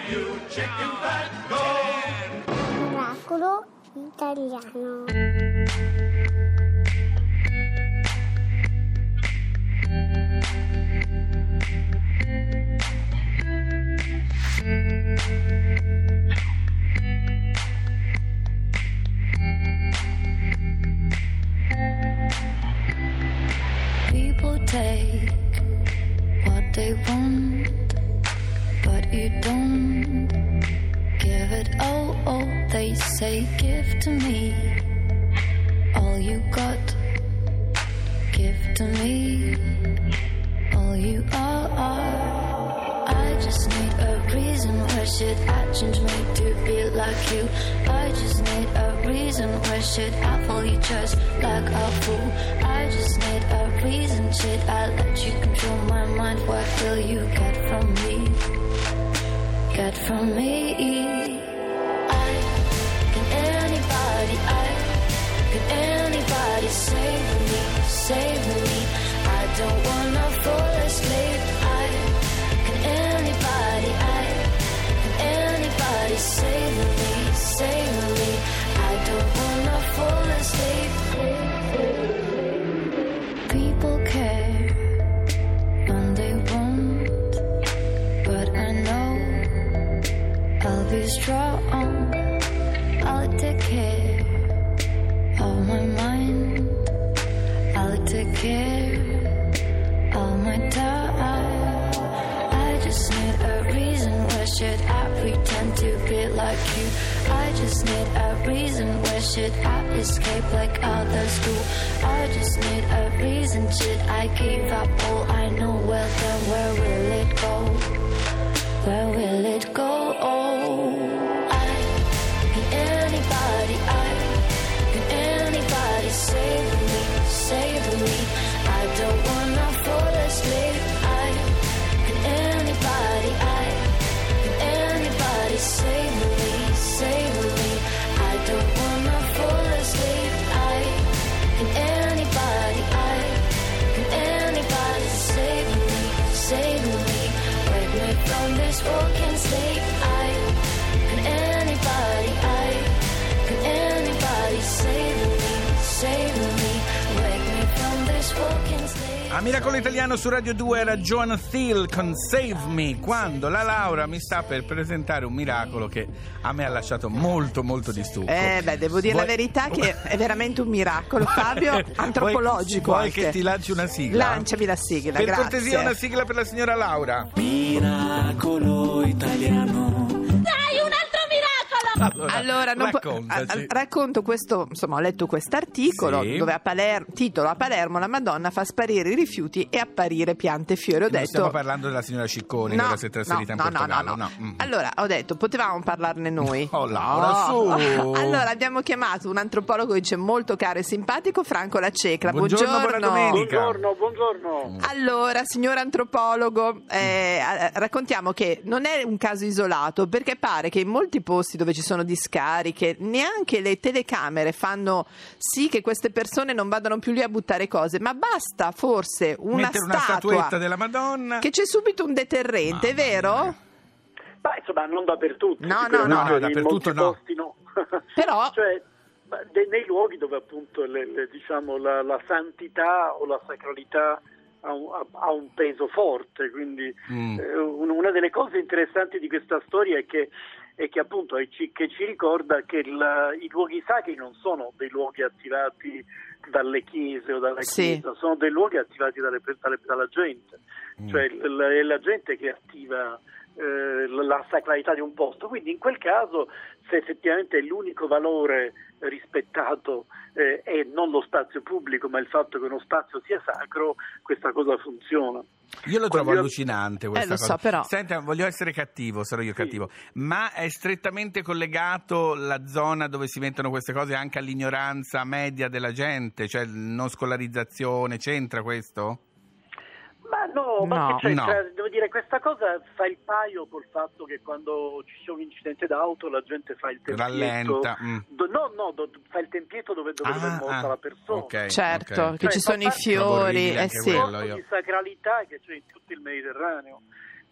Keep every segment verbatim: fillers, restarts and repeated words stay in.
you chicken fat, go! Miracolo italiano. People take what they want, but you don't give it. Oh, oh, they say give to me all you got. Give to me all you are. I just need a reason why should I change me to be like you. I just need a reason why should I follow you just like a fool. I just need a reason should I let you control my mind. What will you get from me? Get from me? I can anybody, I can anybody save me, save me. I don't wanna fall asleep. I can anybody, I can anybody save me, save me. I don't wanna fall asleep. People care when they won't, but I know I'll be strong. I'll take care of my mind. I'll take care of my time. I just need a reason. Why should I pretend to be like you? I just need a reason. Why should I escape like others do? I just need a reason. Should I give up all I know? Well then where will it go? Where will it go? Oh, I can anybody, I can anybody save me, save me. I don't wanna fall asleep. I can anybody, I can anybody save me, save me. I don't wanna fall asleep. I can anybody, I can anybody save me, save me. Wake me from this walking sleep. I can anybody, I can anybody save me, save me. Wake me from this walking sleep. A Miracolo Italiano su Radio due era Joan Thiel con Save Me, quando la Laura mi sta per presentare un miracolo che a me ha lasciato molto molto di stucco. Eh beh, devo dire Vuoi... la verità che è veramente un miracolo, Fabio, antropologico. Vuoi, vuoi anche. che ti lanci una sigla? Lanciami la sigla, per grazie. cortesia una sigla per la signora Laura. Miracolo italiano. Dai, un altro miracolo! Allora, Allora, non po- raccontaci. a- racconto questo, insomma, ho letto quest'articolo Sì. dove a Palermo, titolo a Palermo la Madonna fa sparire i rifiuti e apparire piante e fiori. Ho Non detto stiamo parlando della signora Cicconi che ora si è trasferita no, in no, Portogallo. no, no, no. Mm. Allora ho detto potevamo parlarne noi. Oh, Laura, No. su. Allora abbiamo chiamato un antropologo che dice molto caro e simpatico, Franco Lacecla. Buongiorno, buona domenica. Buongiorno, buongiorno. Allora, signor antropologo, eh, eh, raccontiamo che non è un caso isolato, perché pare che in molti posti dove ci sono discariche neanche le telecamere fanno sì che queste persone non vadano più lì a buttare cose, ma basta forse una Mettere una statua statuetta della Madonna che c'è subito un deterrente, è Mamma vero? mia. Ma insomma, non dappertutto. No, no, sicuramente no, no, in dappertutto molti no. posti no. Però- cioè, de- nei luoghi dove appunto le, le, diciamo, la, la santità o la sacralità ha un, ha un peso forte, quindi Mm. eh, un- una delle cose interessanti di questa storia è che e che appunto ci, che ci ricorda che il, i luoghi sacri non sono dei luoghi attivati dalle chiese o dalla Sì. chiesa, sono dei luoghi attivati dalle, dalle, dalla gente, Mm. cioè l- è la gente che attiva eh, la sacralità di un posto, quindi in quel caso se effettivamente l'unico valore rispettato eh, è non lo spazio pubblico ma il fatto che uno spazio sia sacro, questa cosa funziona. Io lo trovo Quando io- allucinante questa Eh, lo cosa. so, però. Senta, voglio essere cattivo, sarò io Sì. cattivo, ma è strettamente collegato la zona dove si mettono queste cose anche all'ignoranza media della gente, cioè non scolarizzazione, c'entra questo? Ma no, ma No. che c'entra? No. Devo dire, questa cosa fa il paio col fatto che quando ci sia un incidente d'auto la gente fa il tempietto. Rallenta, mm. Do- no, no, do- fa il tempietto dove, dove, dove è morta ah, la persona. ok, Certo, ok. che Cioè, ci fa sono i parte- fiori, Orribile eh anche sì. quello. Un io. di sacralità che c'è in tutto il Mediterraneo.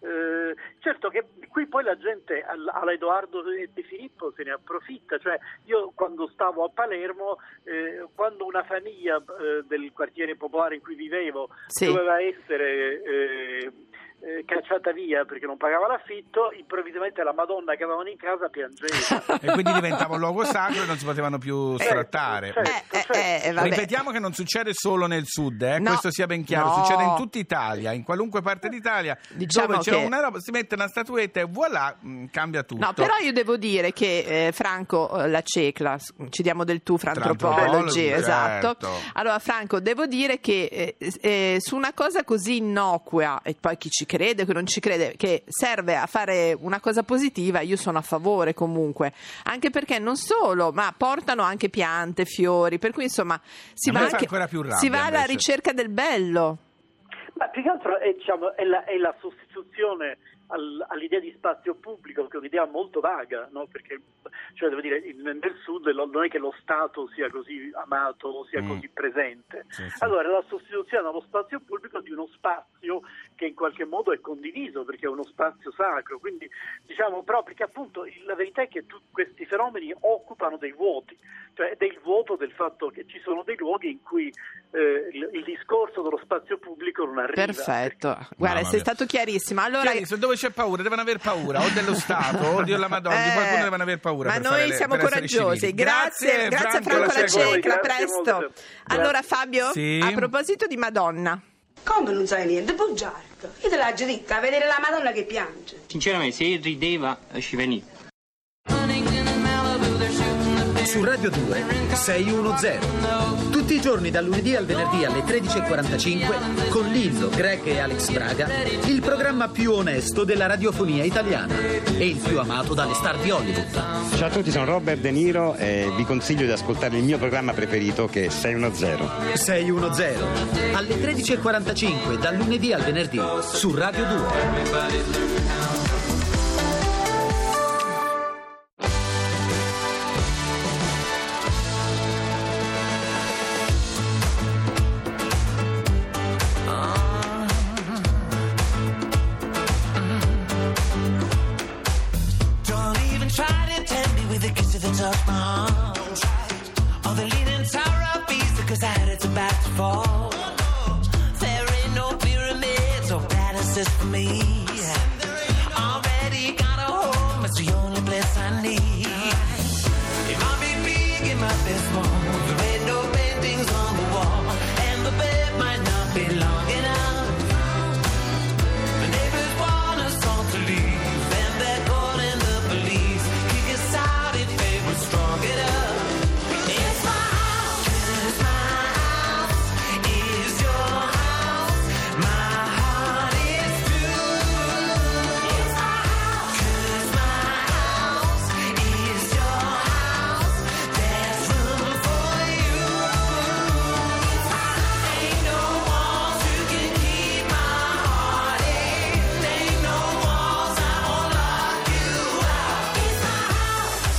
Eh, certo che qui poi la gente all'Edoardo De Filippo se ne approfitta, cioè io quando stavo a Palermo, eh, quando una famiglia eh, del quartiere popolare in cui vivevo sì. doveva essere eh, eh, cacciata via perché non pagava l'affitto, improvvisamente la Madonna che avevano in casa piangeva e quindi diventava un luogo sacro e non si potevano più sfrattare. Certo, certo, certo. Eh, eh, eh, Ripetiamo che non succede solo nel sud, eh? No. Questo sia ben chiaro, No. succede in tutta Italia, in qualunque parte d'Italia Diciamo dove c'è che... una roba, si mette una statuetta e voilà, mh, cambia tutto. No, però io devo dire che eh, Franco, eh, la Cecla, ci diamo del tu fra Tra antropologi, antropologi, esatto. certo. Allora Franco, devo dire che eh, eh, su una cosa così innocua, e poi chi ci crede, chi non ci crede, che serve a fare una cosa positiva, io sono a favore comunque, anche perché non solo, ma portano anche piante, fiori, per cui insomma si A va, me fa anche, ancora più rabbia, si va alla invece. ricerca del bello. Ma più che altro è, diciamo, è, la, è la sostituzione al, all'idea di spazio pubblico, che è un'idea molto vaga, no? Perché cioè, devo dire, nel sud non è che lo Stato sia così amato o sia mm. così presente. Sì, sì. Allora, la sostituzione allo spazio pubblico di uno spazio che in qualche modo è condiviso, perché è uno spazio sacro. Quindi, diciamo, però, perché appunto la verità è che tutti questi fenomeni occupano dei vuoti, cioè è del vuoto del fatto che ci sono dei luoghi in cui eh, il, il discorso dello spazio pubblico non arriva. Perfetto, guarda, Mamma sei mia. stato chiarissimo. Allora, Chiarissimo, dove c'è paura devono aver paura, o dello Stato o della Madonna, di Eh, qualcuno devono aver paura. ma per noi fare le- siamo per essere coraggiosi. civili. Grazie, grazie a Franco La grazie a voi, Cecla, grazie presto. molto. Allora Fabio, Sì. a proposito di Madonna, Come non sai niente? Bugiardo. Io te l'ho già detta, a vedere la Madonna che piange. Sinceramente, se rideva, ci veniva. Su Radio due sei uno zero. Tutti i giorni dal lunedì al venerdì alle tredici e quarantacinque con Lillo, Greg e Alex Braga, il programma più onesto della radiofonia italiana e il più amato dalle star di Hollywood. Ciao a tutti, sono Robert De Niro e vi consiglio di ascoltare il mio programma preferito che è sei uno zero. sei uno zero alle tredici e quarantacinque dal lunedì al venerdì su Radio due. Touch my arms, or the leaning tower of Pisa, 'cause I heard it's about to fall. There ain't no pyramids or palaces for me. Already got a home, it's the only place I need. It might be big, it might be small. There ain't no paintings on the wall, and the bed might not be long enough. The neighbors want us all to leave, and they're calling the police. Kick us out if they were strong enough. It's my house, it's my house, it's your house, my heart is true. It's my house, it's my house, it's your house, there's room for you. Ain't no walls you can keep my heart in, ain't no walls I won't lock you out. It's my house.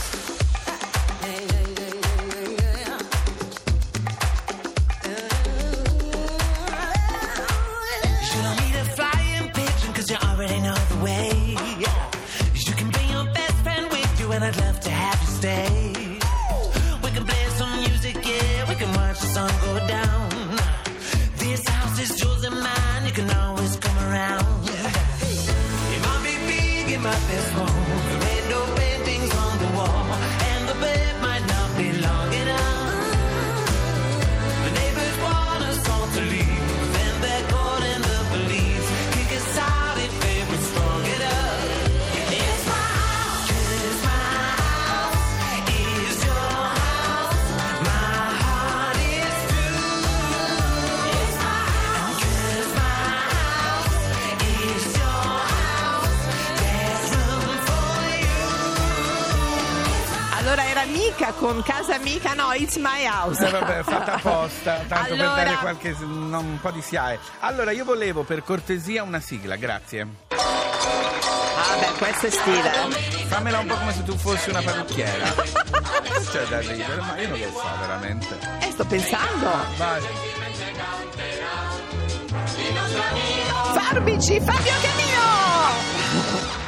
You don't need a flying pigeon 'cause you already know the way. You can bring your best friend with you and I'd love to have you stay. We can play some music, yeah, we can watch the sun go down. This house is yours and mine, you can always come around. It might be big, it might be small. There ain't no paintings on the wall, and the bed might not be long enough. The neighbors want us all to leave, and they're calling the police. Kick us out if they were strong enough. It's my house, it's my house, it's your house, my heart is true. It's my house, it's my house, it's your house, there's room for you. allora era Mica con Casa Mica, no, It's My House. Eh, vabbè, fatta apposta, tanto Allora- per dare qualche no, un po' di S I A E. Allora io volevo per cortesia una sigla, grazie. Ah beh, questo è stile. Fammela un po' come se tu fossi una parrucchiera. C'è da ridere, ma io non lo so veramente. Eh, sto pensando. Vai. Farbici, Fabio Camino!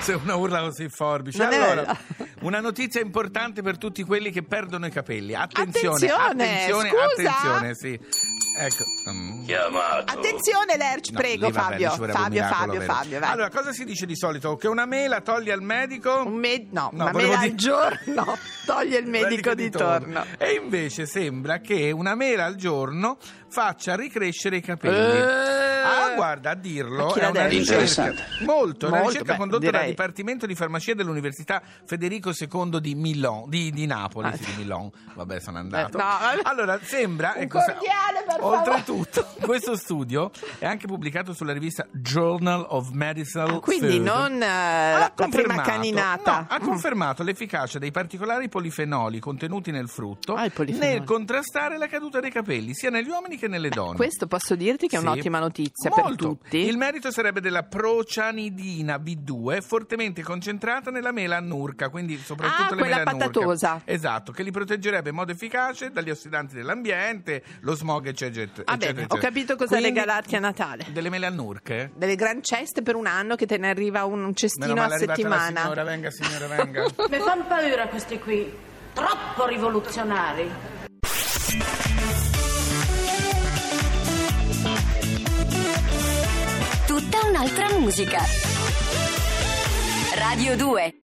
Se una urla così forbice. Non è Allora, vero. una notizia importante per tutti quelli che perdono i capelli. Attenzione, Attenzione, attenzione, scusa. attenzione, sì. Ecco. Mm. Attenzione Lerch, No, prego lì, vabbè, Fabio, lì ci vorrebbe un Fabio, miracolo, Fabio, vero? Fabio, vai. Allora, cosa si dice di solito? Che una mela toglie al medico? Un me- no, No, una volevo mela dire- al giorno toglie il medico di torno. E invece sembra che una mela al giorno faccia ricrescere i capelli. Eh. Ah, guarda, a dirlo Ma chi è l'ha una detto? ricerca molto, una Molto, ricerca beh, condotta dal direi. Dipartimento di Farmacia dell'Università Federico secondo di Milano, di, di Napoli, Ah. sì, di Milano. Vabbè, sono andato. Eh, no, vabbè. Allora, sembra Un ecco, sa- cordiale, per favore. oltretutto, questo studio è anche pubblicato sulla rivista Journal of Medical Ah, quindi Food. non eh, Ha la, la prima confermato- caninata. no, ha confermato l'efficacia dei particolari polifenoli contenuti nel frutto Ah, i polifenoli. nel contrastare la caduta dei capelli sia negli uomini che nelle donne. Questo posso dirti che è Sì. un'ottima notizia Molto. per tutti. Il merito sarebbe della procianidina B due fortemente concentrata nella mela annurca, quindi soprattutto Ah, le quella mele annurche. patatosa. Esatto, che li proteggerebbe in modo efficace dagli ossidanti dell'ambiente, lo smog, eccetera, eccetera. Va bene, eccetera. ho capito cosa Quindi, regalarti a Natale. Delle mele annurche? Delle gran ceste per un anno che te ne arriva un cestino Meno male a è arrivata la settimana. signora, venga signora, venga. Mi fanno paura questi qui, troppo rivoluzionari. Tutta un'altra musica. Radio due.